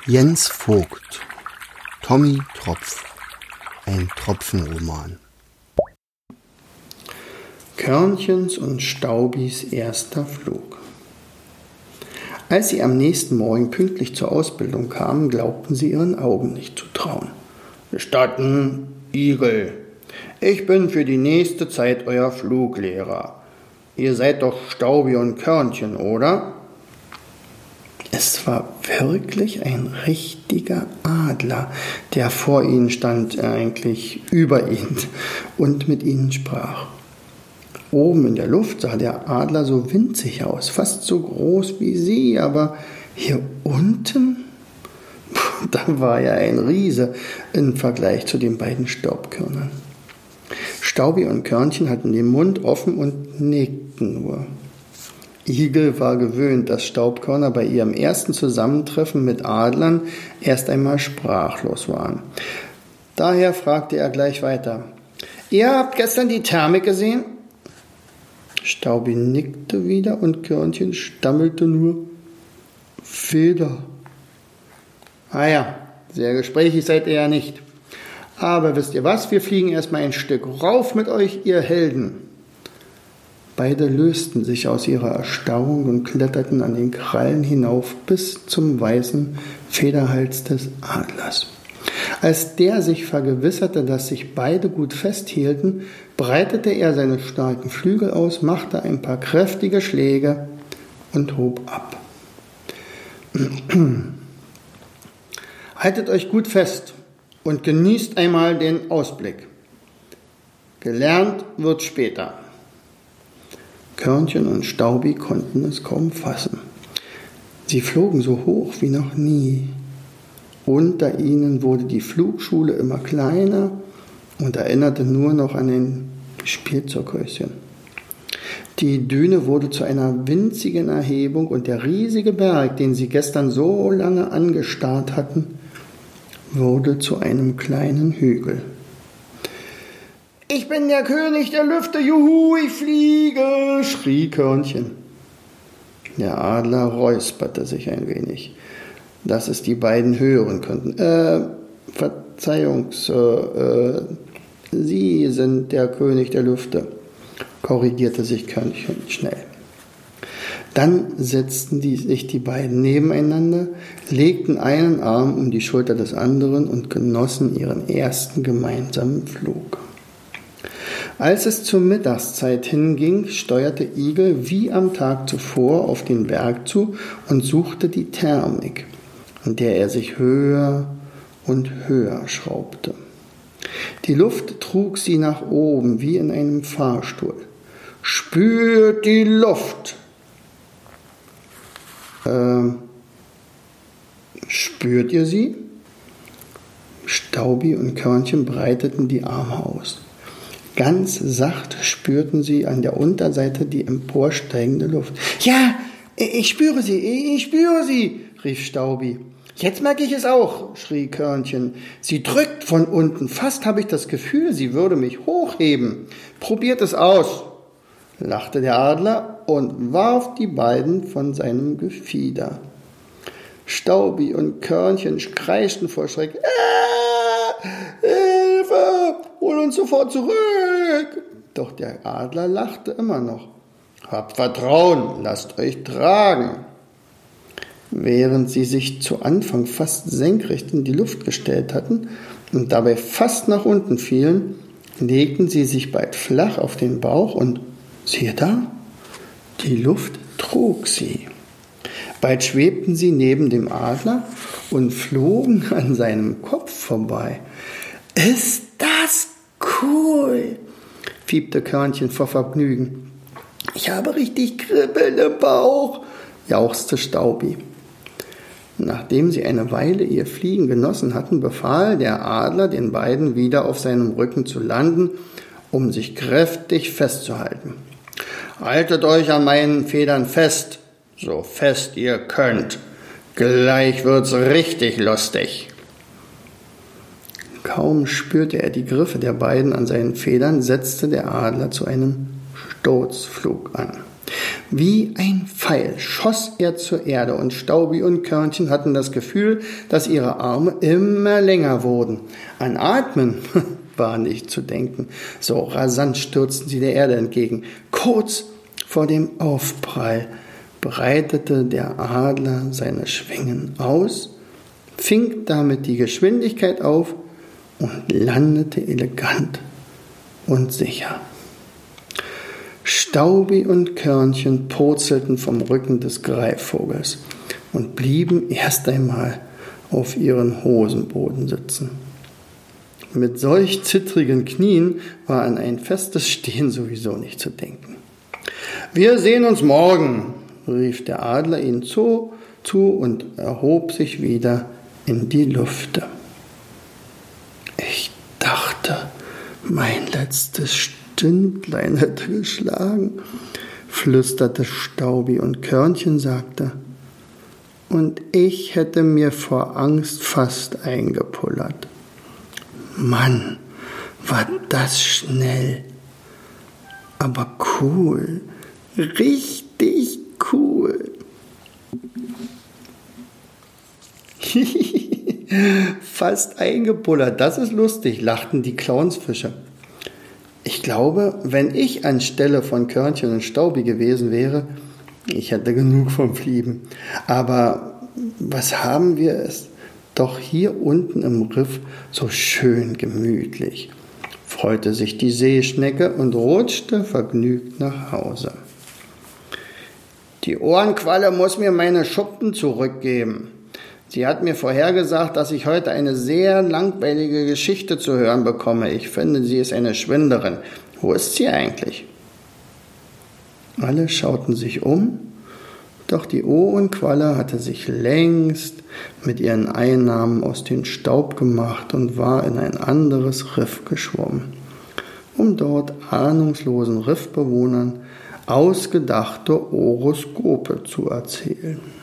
Jens Vogt, Tommy Tropf, ein Tropfenroman. Körnchens und Staubis erster Flug. Als sie am nächsten Morgen pünktlich zur Ausbildung kamen, glaubten sie ihren Augen nicht zu trauen. »Gestatten, Igel, ich bin für die nächste Zeit euer Fluglehrer. Ihr seid doch Staubi und Körnchen, oder?« Es war wirklich ein richtiger Adler, der vor ihnen stand, eigentlich über ihnen, und mit ihnen sprach. Oben in der Luft sah der Adler so winzig aus, fast so groß wie sie, aber hier unten, da war er ein Riese im Vergleich zu den beiden Staubkörnern. Staubi und Körnchen hatten den Mund offen und nickten nur. Igel war gewöhnt, dass Staubkörner bei ihrem ersten Zusammentreffen mit Adlern erst einmal sprachlos waren. Daher fragte er gleich weiter. »Ihr habt gestern die Thermik gesehen?« Staubi nickte wieder und Körnchen stammelte nur »Feder«. »Ah ja, sehr gesprächig seid ihr ja nicht. Aber wisst ihr was, wir fliegen erstmal ein Stück rauf mit euch, ihr Helden.« Beide lösten sich aus ihrer Erstarrung und kletterten an den Krallen hinauf bis zum weißen Federhals des Adlers. Als der sich vergewisserte, dass sich beide gut festhielten, breitete er seine starken Flügel aus, machte ein paar kräftige Schläge und hob ab. »Haltet euch gut fest und genießt einmal den Ausblick. Gelernt wird später.« Körnchen und Staubi konnten es kaum fassen. Sie flogen so hoch wie noch nie. Unter ihnen wurde die Flugschule immer kleiner und erinnerte nur noch an ein Spielzeughäuschen. Die Düne wurde zu einer winzigen Erhebung und der riesige Berg, den sie gestern so lange angestarrt hatten, wurde zu einem kleinen Hügel. »Ich bin der König der Lüfte, juhu, ich fliege«, schrie Körnchen. Der Adler räusperte sich ein wenig, dass es die beiden hören könnten. Verzeihung, Sir, Sie sind der König der Lüfte«, korrigierte sich Körnchen schnell. Dann setzten sich die beiden nebeneinander, legten einen Arm um die Schulter des anderen und genossen ihren ersten gemeinsamen Flug. Als es zur Mittagszeit hinging, steuerte Igel wie am Tag zuvor auf den Berg zu und suchte die Thermik, in der er sich höher und höher schraubte. Die Luft trug sie nach oben wie in einem Fahrstuhl. »Spürt die Luft!« »Spürt ihr sie?« Staubi und Körnchen breiteten die Arme aus. Ganz sacht spürten sie an der Unterseite die emporsteigende Luft. »Ja, ich spüre sie«, rief Staubi. »Jetzt merke ich es auch«, schrie Körnchen. »Sie drückt von unten. Fast habe ich das Gefühl, sie würde mich hochheben. Probiert es aus«, lachte der Adler und warf die beiden von seinem Gefieder. Staubi und Körnchen kreischten vor Schreck. »Hilfe! Hol uns sofort zurück!« Doch der Adler lachte immer noch. »Habt Vertrauen, lasst euch tragen!« Während sie sich zu Anfang fast senkrecht in die Luft gestellt hatten und dabei fast nach unten fielen, legten sie sich bald flach auf den Bauch und siehe da, die Luft trug sie. Bald schwebten sie neben dem Adler und flogen an seinem Kopf vorbei. »Ist das cool!« fiebte Körnchen vor Vergnügen. »Ich habe richtig Kribbeln im Bauch«, jauchzte Staubi. Nachdem sie eine Weile ihr Fliegen genossen hatten, befahl der Adler den beiden wieder auf seinem Rücken zu landen, um sich kräftig festzuhalten. »Haltet euch an meinen Federn fest, so fest ihr könnt. Gleich wird's richtig lustig.« Kaum spürte er die Griffe der beiden an seinen Federn, setzte der Adler zu einem Sturzflug an. Wie ein Pfeil schoss er zur Erde und Staubi und Körnchen hatten das Gefühl, dass ihre Arme immer länger wurden. An Atmen war nicht zu denken. So rasant stürzten sie der Erde entgegen. Kurz vor dem Aufprall breitete der Adler seine Schwingen aus, fing damit die Geschwindigkeit auf und landete elegant und sicher. Staubi und Körnchen purzelten vom Rücken des Greifvogels und blieben erst einmal auf ihren Hosenboden sitzen. Mit solch zittrigen Knien war an ein festes Stehen sowieso nicht zu denken. »Wir sehen uns morgen«, rief der Adler ihnen zu und erhob sich wieder in die Lüfte. »Ich dachte, mein letztes Stündlein hätte geschlagen«, flüsterte Staubi und Körnchen sagte, »und ich hätte mir vor Angst fast eingepullert. Mann, war das schnell, aber cool, richtig cool.« »Fast eingepullert, das ist lustig«, lachten die Clownsfische. »Ich glaube, wenn ich anstelle von Körnchen und Staubi gewesen wäre, ich hätte genug vom Fliegen. Aber was haben wir es doch hier unten im Riff so schön gemütlich«, freute sich die Seeschnecke und rutschte vergnügt nach Hause. »Die Ohrenqualle muss mir meine Schuppen zurückgeben. Sie hat mir vorhergesagt, dass ich heute eine sehr langweilige Geschichte zu hören bekomme. Ich finde, sie ist eine Schwinderin. Wo ist sie eigentlich?« Alle schauten sich um, doch die Ohrenqualle hatte sich längst mit ihren Einnahmen aus dem Staub gemacht und war in ein anderes Riff geschwommen, um dort ahnungslosen Riffbewohnern ausgedachte Horoskope zu erzählen.